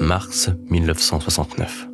Mars 1969.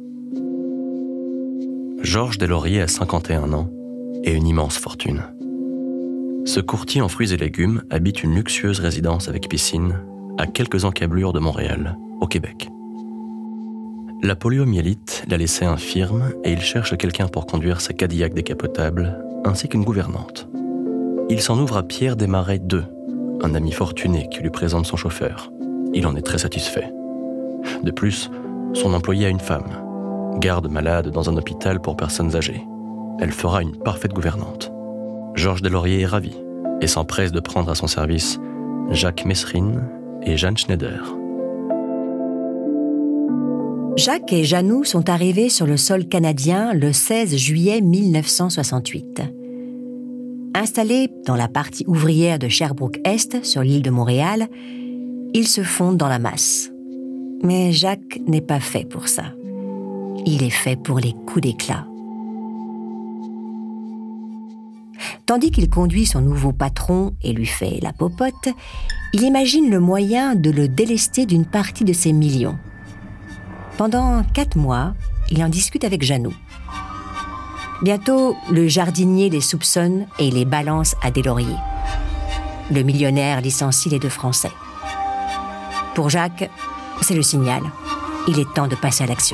Georges Deslauriers a 51 ans et une immense fortune. Ce courtier en fruits et légumes habite une luxueuse résidence avec piscine à quelques encablures de Montréal, au Québec. La poliomyélite l'a laissé infirme et il cherche quelqu'un pour conduire sa Cadillac décapotable ainsi qu'une gouvernante. Il s'en ouvre à Pierre Desmarais II, un ami fortuné qui lui présente son chauffeur. Il en est très satisfait. De plus, son employé a une femme, garde malade dans un hôpital pour personnes âgées. Elle fera une parfaite gouvernante. Georges Deslauriers est ravi et s'empresse de prendre à son service Jacques Mesrine et Jeanne Schneider. Jacques et Janou sont arrivés sur le sol canadien le 16 juillet 1968. Installés dans la partie ouvrière de Sherbrooke-Est, sur l'île de Montréal, ils se fondent dans la masse. Mais Jacques n'est pas fait pour ça. Il est fait pour les coups d'éclat. Tandis qu'il conduit son nouveau patron et lui fait la popote, il imagine le moyen de le délester d'une partie de ses millions. Pendant 4 mois, il en discute avec Janou. Bientôt, le jardinier les soupçonne et les balance à Deslauriers. Le millionnaire licencie les 2 Français. Pour Jacques, c'est le signal. Il est temps de passer à l'action.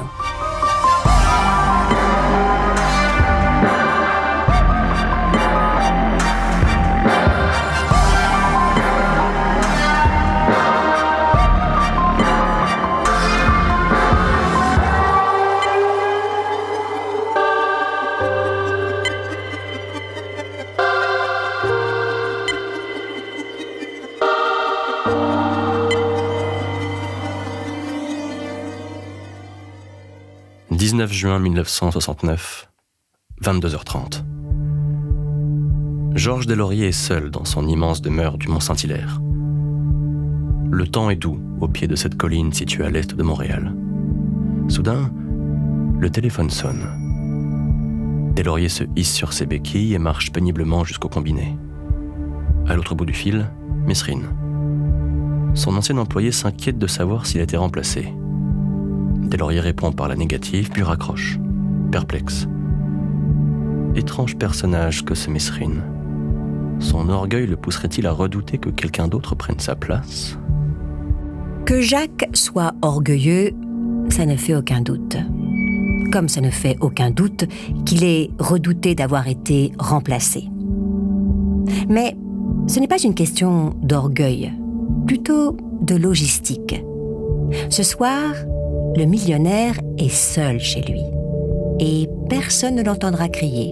« 19 juin 1969, 22h30. Georges Deslauriers est seul dans son immense demeure du Mont-Saint-Hilaire. Le temps est doux au pied de cette colline située à l'est de Montréal. Soudain, le téléphone sonne. Deslauriers se hisse sur ses béquilles et marche péniblement jusqu'au combiné. À l'autre bout du fil, Mesrine. Son ancien employé s'inquiète de savoir s'il a été remplacé. Deslauriers répond par la négative, puis raccroche, perplexe. Étrange personnage que ce Mesrine. Son orgueil le pousserait-il à redouter que quelqu'un d'autre prenne sa place ? Que Jacques soit orgueilleux, ça ne fait aucun doute. Comme ça ne fait aucun doute qu'il est redouté d'avoir été remplacé. Mais ce n'est pas une question d'orgueil, plutôt de logistique. Ce soir, le millionnaire est seul chez lui et personne ne l'entendra crier.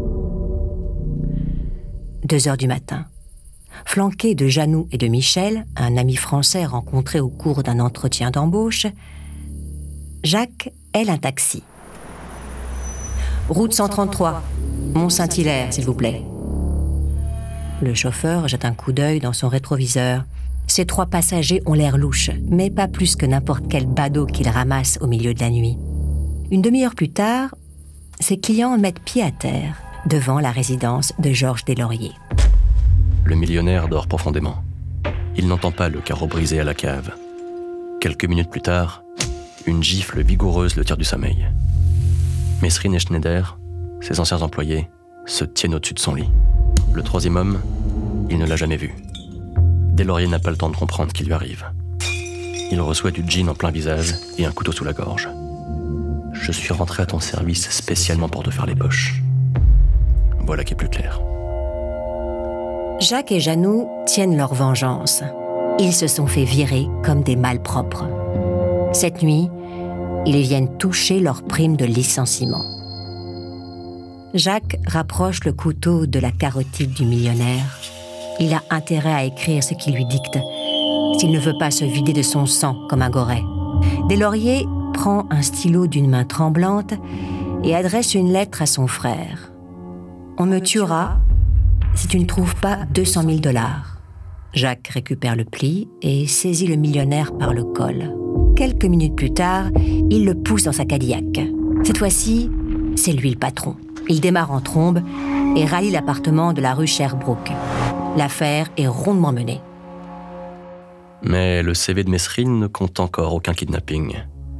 2h du matin. Flanqué de Janou et de Michel, un ami français rencontré au cours d'un entretien d'embauche, Jacques aile un taxi. Route 133, Mont-Saint-Hilaire, s'il vous plaît. Le chauffeur jette un coup d'œil dans son rétroviseur. Ces 3 passagers ont l'air louches, mais pas plus que n'importe quel badaud qu'il ramasse au milieu de la nuit. Une demi-heure plus tard, ses clients mettent pied à terre devant la résidence de Georges Deslauriers. Le millionnaire dort profondément. Il n'entend pas le carreau brisé à la cave. Quelques minutes plus tard, une gifle vigoureuse le tire du sommeil. Mesrine et Schneider, ses anciens employés, se tiennent au-dessus de son lit. Le 3e homme, il ne l'a jamais vu. Deslauriers n'a pas le temps de comprendre ce qui lui arrive. Il reçoit du gin en plein visage et un couteau sous la gorge. « Je suis rentré à ton service spécialement pour te faire les poches. » Voilà qui est plus clair. Jacques et Janou tiennent leur vengeance. Ils se sont fait virer comme des malpropres. Cette nuit, ils viennent toucher leur prime de licenciement. Jacques rapproche le couteau de la carotide du millionnaire. Il a intérêt à écrire ce qu'il lui dicte, s'il ne veut pas se vider de son sang comme un goret. Deslauriers prend un stylo d'une main tremblante et adresse une lettre à son frère. « On me tuera si tu ne trouves pas 200 000 $. Jacques récupère le pli et saisit le millionnaire par le col. Quelques minutes plus tard, il le pousse dans sa Cadillac. Cette fois-ci, c'est lui le patron. Il démarre en trombe et rallie l'appartement de la rue Sherbrooke. L'affaire est rondement menée. Mais le CV de Mesrine ne compte encore aucun kidnapping.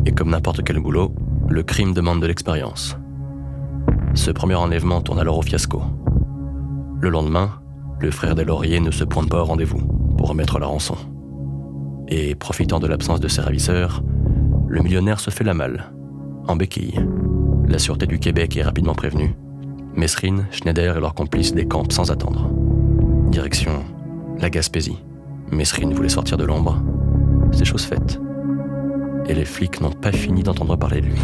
Et comme n'importe quel boulot, le crime demande de l'expérience. Ce premier enlèvement tourne alors au fiasco. Le lendemain, le frère des Laurier ne se pointe pas au rendez-vous pour remettre la rançon. Et profitant de l'absence de ses ravisseurs, le millionnaire se fait la malle, en béquille. La Sûreté du Québec est rapidement prévenue. Mesrine, Schneider et leurs complices décampent sans attendre. Direction la Gaspésie. Mesrine voulait sortir de l'ombre. C'est chose faite. Et les flics n'ont pas fini d'entendre parler de lui.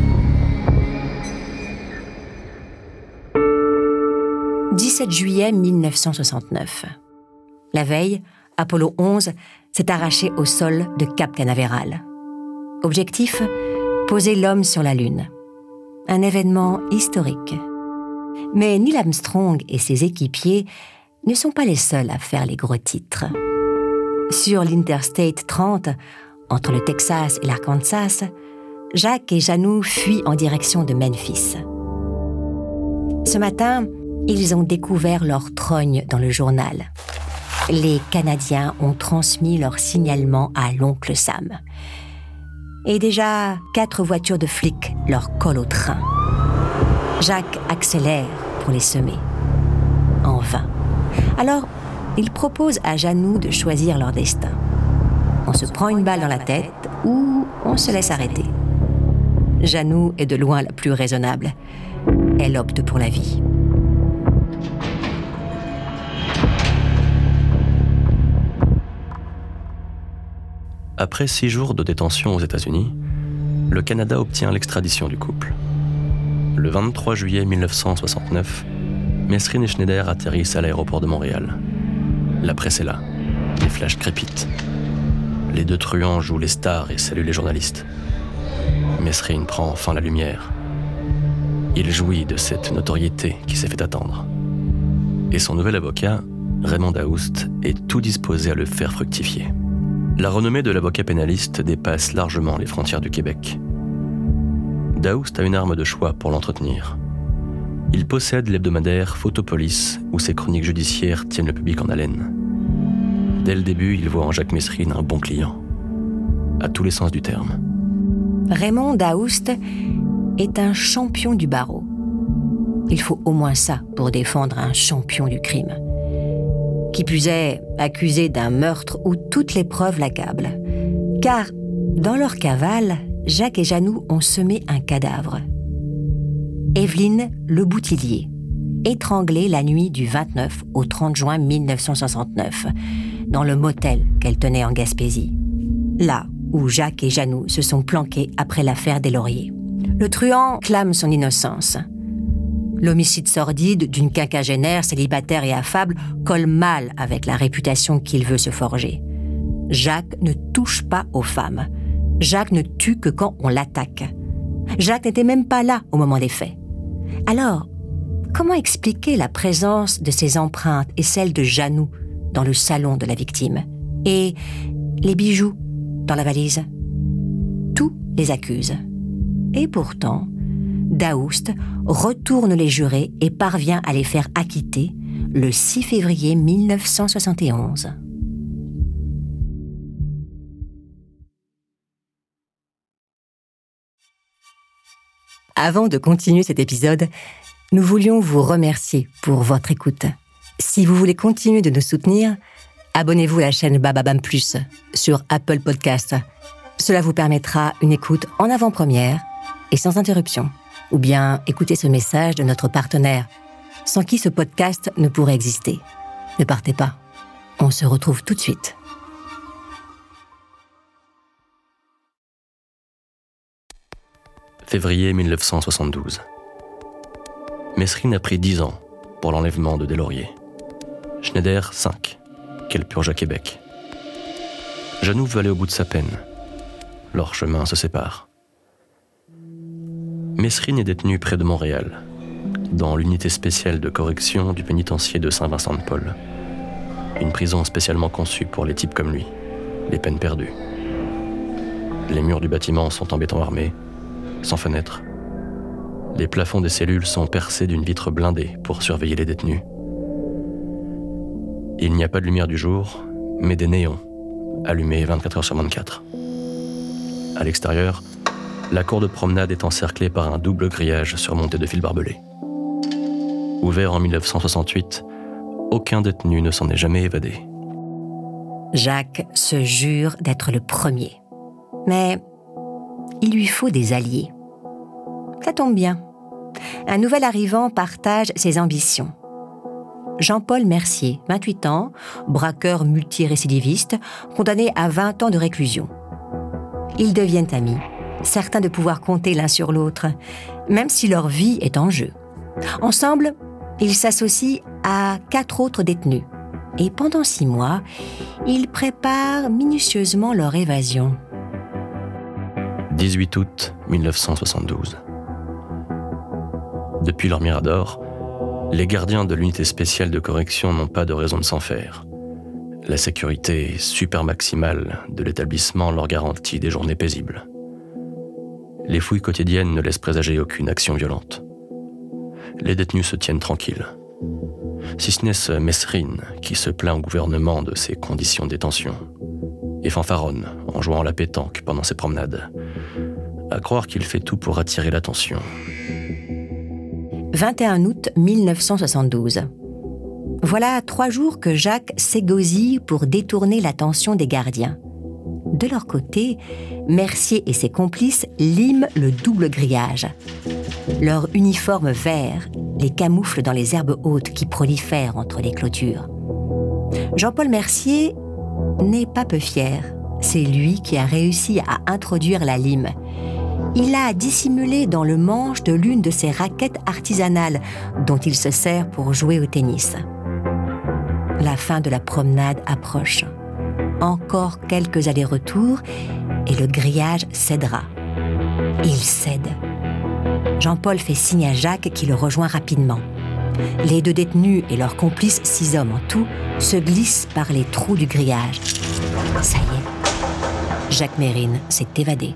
« 17 juillet 1969. La veille, Apollo 11 s'est arraché au sol de Cap Canaveral. Objectif, poser l'homme sur la Lune. Un événement historique. Mais Neil Armstrong et ses équipiers ne sont pas les seuls à faire les gros titres. Sur l'Interstate 30, entre le Texas et l'Arkansas, Jacques et Janou fuient en direction de Memphis. Ce matin, ils ont découvert leur trogne dans le journal. Les Canadiens ont transmis leur signalement à l'oncle Sam. Et déjà, 4 voitures de flics leur collent au train. Jacques accélère pour les semer. En vain. Alors, il propose à Janou de choisir leur destin. On se prend une balle dans la tête ou on se laisse arrêter. Janou est de loin la plus raisonnable. Elle opte pour la vie. Après 6 jours de détention aux États-Unis, le Canada obtient l'extradition du couple. Le 23 juillet 1969, Mesrine et Schneider atterrissent à l'aéroport de Montréal. La presse est là, les flashs crépitent. Les 2 truands jouent les stars et saluent les journalistes. Mesrine prend enfin la lumière. Il jouit de cette notoriété qui s'est fait attendre. Et son nouvel avocat, Raymond Daoust, est tout disposé à le faire fructifier. La renommée de l'avocat pénaliste dépasse largement les frontières du Québec. Daoust a une arme de choix pour l'entretenir. Il possède l'hebdomadaire Photopolis, où ses chroniques judiciaires tiennent le public en haleine. Dès le début, il voit en Jacques Mesrine un bon client, à tous les sens du terme. Raymond Daoust est un champion du barreau. Il faut au moins ça pour défendre un champion du crime. Qui plus est, accusé d'un meurtre où toutes les preuves l'accablent. Car, dans leur cavale, Jacques et Janou ont semé un cadavre. Evelyne Le Boutillier, étranglée la nuit du 29 au 30 juin 1969, dans le motel qu'elle tenait en Gaspésie. Là où Jacques et Janou se sont planqués après l'affaire des Laurier. Le truand clame son innocence. L'homicide sordide d'une quinquagénaire célibataire et affable colle mal avec la réputation qu'il veut se forger. Jacques ne touche pas aux femmes. Jacques ne tue que quand on l'attaque. Jacques n'était même pas là au moment des faits. Alors, comment expliquer la présence de ces empreintes et celles de Janou dans le salon de la victime et les bijoux dans la valise? Tout les accuse. Et pourtant, Daoust retourne les jurés et parvient à les faire acquitter le 6 février 1971. Avant de continuer cet épisode, nous voulions vous remercier pour votre écoute. Si vous voulez continuer de nous soutenir, abonnez-vous à la chaîne Bababam Plus sur Apple Podcasts. Cela vous permettra une écoute en avant-première et sans interruption. Ou bien écoutez ce message de notre partenaire, sans qui ce podcast ne pourrait exister. Ne partez pas, on se retrouve tout de suite. Février 1972. Mesrine a pris 10 ans pour l'enlèvement de Des Laurier. Schneider, 5, qu'elle purge à Québec. Janou veut aller au bout de sa peine. Leurs chemins se séparent. Mesrine est détenue près de Montréal, dans l'unité spéciale de correction du pénitencier de Saint-Vincent-de-Paul. Une prison spécialement conçue pour les types comme lui, les peines perdues. Les murs du bâtiment sont en béton armé, sans fenêtres. Les plafonds des cellules sont percés d'une vitre blindée pour surveiller les détenus. Il n'y a pas de lumière du jour, mais des néons, allumés 24 heures sur 24. À l'extérieur, La cour de promenade est encerclée par un double grillage surmonté de fils barbelés. Ouvert en 1968, aucun détenu ne s'en est jamais évadé. Jacques se jure d'être le premier. Mais il lui faut des alliés. Ça tombe bien. Un nouvel arrivant partage ses ambitions. Jean-Paul Mercier, 28 ans, braqueur multirécidiviste, condamné à 20 ans de réclusion. Ils deviennent amis, certains de pouvoir compter l'un sur l'autre, même si leur vie est en jeu. Ensemble, ils s'associent à 4 autres détenus. Et pendant 6 mois, ils préparent minutieusement leur évasion. 18 août 1972. Depuis leur mirador, les gardiens de l'unité spéciale de correction n'ont pas de raison de s'en faire. La sécurité super maximale de l'établissement leur garantit des journées paisibles. Les fouilles quotidiennes ne laissent présager aucune action violente. Les détenus se tiennent tranquilles. Si ce n'est ce Mesrine qui se plaint au gouvernement de ses conditions de détention et fanfaronne en jouant à la pétanque pendant ses promenades. À croire qu'il fait tout pour attirer l'attention. 21 août 1972. Voilà 3 jours que Jacques s'égosille pour détourner l'attention des gardiens. De leur côté, Mercier et ses complices liment le double grillage. Leur uniforme vert les camoufle dans les herbes hautes qui prolifèrent entre les clôtures. Jean-Paul Mercier n'est pas peu fier. C'est lui qui a réussi à introduire la lime. Il l'a dissimulée dans le manche de l'une de ses raquettes artisanales dont il se sert pour jouer au tennis. La fin de la promenade approche. Encore quelques allers-retours et le grillage cédera. Il cède. Jean-Paul fait signe à Jacques qui le rejoint rapidement. Les 2 détenus et leurs complices, 6 hommes en tout, se glissent par les trous du grillage. Ça y est, Jacques Mérine s'est évadé.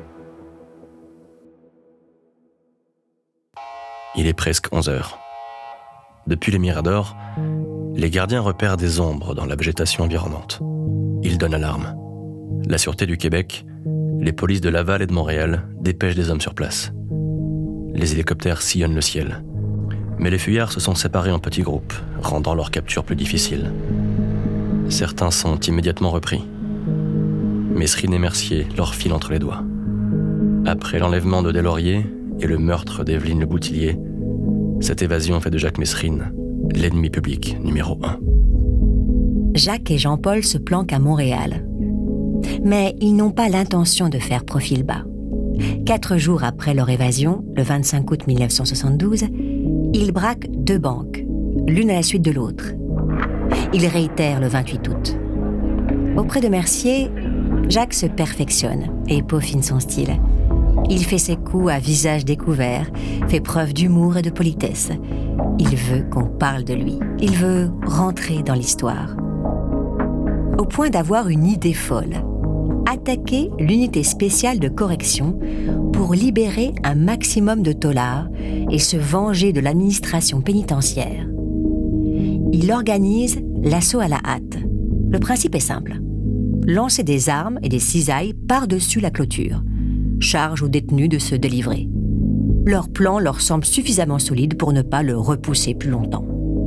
Il est presque 11 heures. Depuis les miradors, les gardiens repèrent des ombres dans la végétation environnante. Ils donnent alarme. La Sûreté du Québec, les polices de Laval et de Montréal dépêchent des hommes sur place. Les hélicoptères sillonnent le ciel. Mais les fuyards se sont séparés en petits groupes, rendant leur capture plus difficile. Certains sont immédiatement repris. Mesrine et Mercier leur filent entre les doigts. Après l'enlèvement de Deslauriers et le meurtre d'Evelyne Le Boutillier, cette évasion fait de Jacques Mesrine l'ennemi public numéro 1. Jacques et Jean-Paul se planquent à Montréal. Mais ils n'ont pas l'intention de faire profil bas. 4 jours après leur évasion, le 25 août 1972, ils braquent 2 banques, l'une à la suite de l'autre. Ils réitèrent le 28 août. Auprès de Mercier, Jacques se perfectionne et peaufine son style. Il fait ses coups à visage découvert, fait preuve d'humour et de politesse. Il veut qu'on parle de lui. Il veut rentrer dans l'histoire. Au point d'avoir une idée folle. Attaquer l'unité spéciale de correction pour libérer un maximum de taulards et se venger de l'administration pénitentiaire. Il organise l'assaut à la hâte. Le principe est simple. Lancer des armes et des cisailles par-dessus la clôture. Charge aux détenus de se délivrer. Leur plan leur semble suffisamment solide pour ne pas le repousser plus longtemps.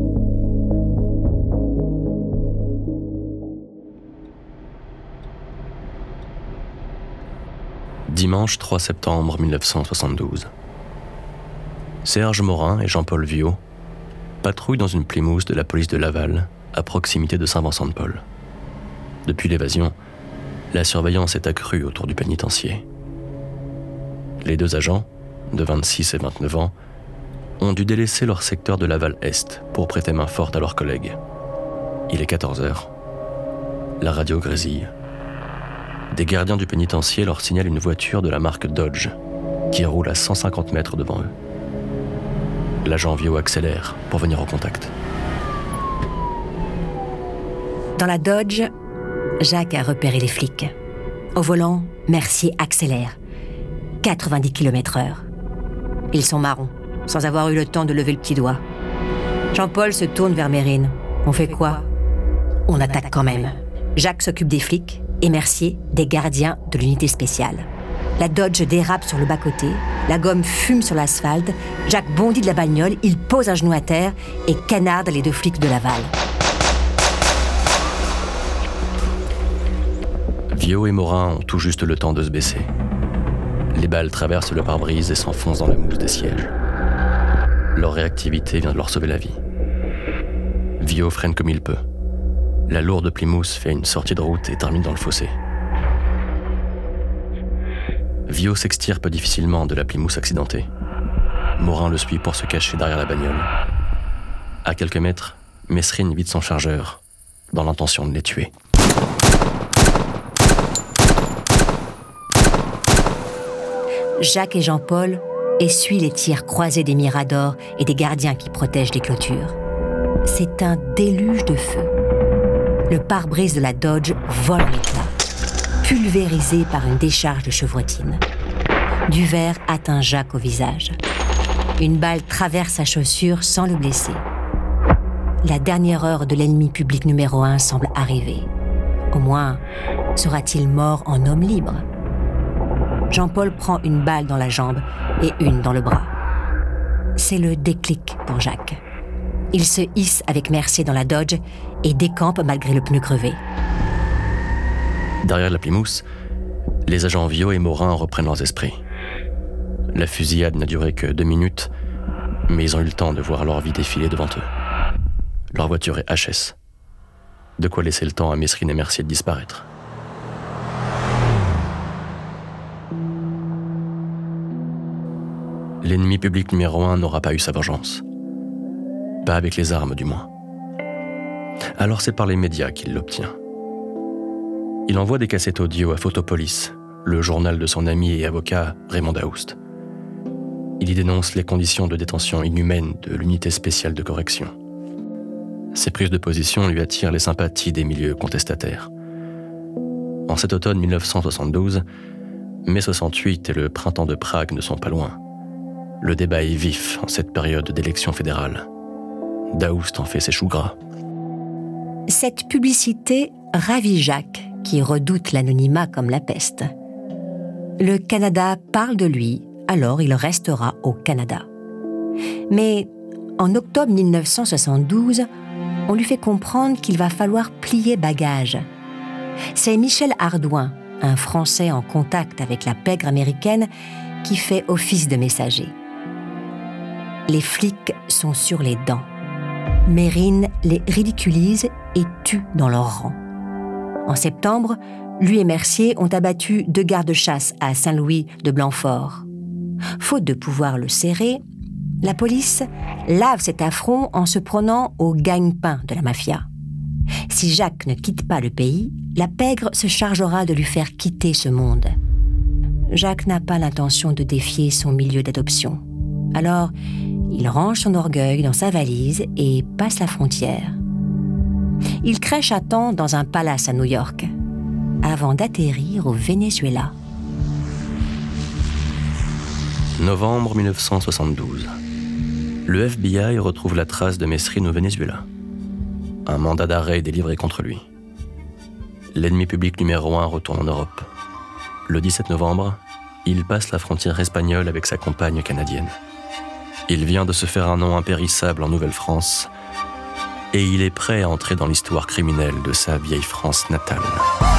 Dimanche 3 septembre 1972. Serge Morin et Jean-Paul Viaud patrouillent dans une Plymouth de la police de Laval, à proximité de Saint-Vincent-de-Paul. Depuis l'évasion, la surveillance est accrue autour du pénitencier. Les 2 agents, de 26 et 29 ans, ont dû délaisser leur secteur de Laval-Est pour prêter main forte à leurs collègues. Il est 14 heures. La radio grésille. Des gardiens du pénitencier leur signalent une voiture de la marque Dodge qui roule à 150 mètres devant eux. L'agent Viaud accélère pour venir au contact. Dans la Dodge, Jacques a repéré les flics. Au volant, Mercier accélère. 90 km/h. Ils sont marrons, sans avoir eu le temps de lever le petit doigt. Jean-Paul se tourne vers Mérine. On fait quoi ? On attaque quand même. Jacques s'occupe des flics et Mercier des gardiens de l'unité spéciale. La Dodge dérape sur le bas-côté, la gomme fume sur l'asphalte, Jack bondit de la bagnole, il pose un genou à terre et canarde les 2 flics de Laval. Vio et Morin ont tout juste le temps de se baisser. Les balles traversent le pare-brise et s'enfoncent dans la mousse des sièges. Leur réactivité vient de leur sauver la vie. Vio freine comme il peut. La lourde Plymouth fait une sortie de route et termine dans le fossé. Vio s'extirpe difficilement de la Plymouth accidentée. Morin le suit pour se cacher derrière la bagnole. À quelques mètres, Mesrine vide son chargeur, dans l'intention de les tuer. Jacques et Jean-Paul essuient les tirs croisés des miradors et des gardiens qui protègent les clôtures. C'est un déluge de feu. Le pare-brise de la Dodge vole en éclats, pulvérisé par une décharge de chevrotine. Du verre atteint Jacques au visage. Une balle traverse sa chaussure sans le blesser. La dernière heure de l'ennemi public numéro 1 semble arriver. Au moins, sera-t-il mort en homme libre ? Jean-Paul prend une balle dans la jambe et une dans le bras. C'est le déclic pour Jacques. Il se hisse avec Mercier dans la Dodge et décampe malgré le pneu crevé. Derrière la Plymouth, les agents Vio et Morin reprennent leurs esprits. La fusillade n'a duré que 2 minutes, mais ils ont eu le temps de voir leur vie défiler devant eux. Leur voiture est HS. De quoi laisser le temps à Mesrine et Mercier de disparaître. L'ennemi public numéro 1 n'aura pas eu sa vengeance. Pas avec les armes, du moins. Alors c'est par les médias qu'il l'obtient. Il envoie des cassettes audio à Photopolis, le journal de son ami et avocat Raymond Daoust. Il y dénonce les conditions de détention inhumaines de l'unité spéciale de correction. Ses prises de position lui attirent les sympathies des milieux contestataires. En cet automne 1972, mai 68 et le printemps de Prague ne sont pas loin. Le débat est vif en cette période d'élection fédérale. Daoust en fait ses choux gras. Cette publicité ravit Jacques, qui redoute l'anonymat comme la peste. Le Canada parle de lui, alors il restera au Canada. Mais en octobre 1972, on lui fait comprendre qu'il va falloir plier bagage. C'est Michel Hardouin, un Français en contact avec la pègre américaine, qui fait office de messager. Les flics sont sur les dents. Mérine les ridiculise et tue dans leur rang. En septembre, lui et Mercier ont abattu 2 gardes-chasse à Saint-Louis de Blanfort. Faute de pouvoir le serrer, la police lave cet affront en se prenant au gagne-pain de la mafia. Si Jacques ne quitte pas le pays, la pègre se chargera de lui faire quitter ce monde. Jacques n'a pas l'intention de défier son milieu d'adoption. Alors, il range son orgueil dans sa valise et passe la frontière. Il crèche à temps dans un palace à New York, avant d'atterrir au Venezuela. Novembre 1972. Le FBI retrouve la trace de Mesrine au Venezuela. Un mandat d'arrêt est délivré contre lui. L'ennemi public numéro 1 retourne en Europe. Le 17 novembre, il passe la frontière espagnole avec sa compagne canadienne. Il vient de se faire un nom impérissable en Nouvelle-France et il est prêt à entrer dans l'histoire criminelle de sa vieille France natale.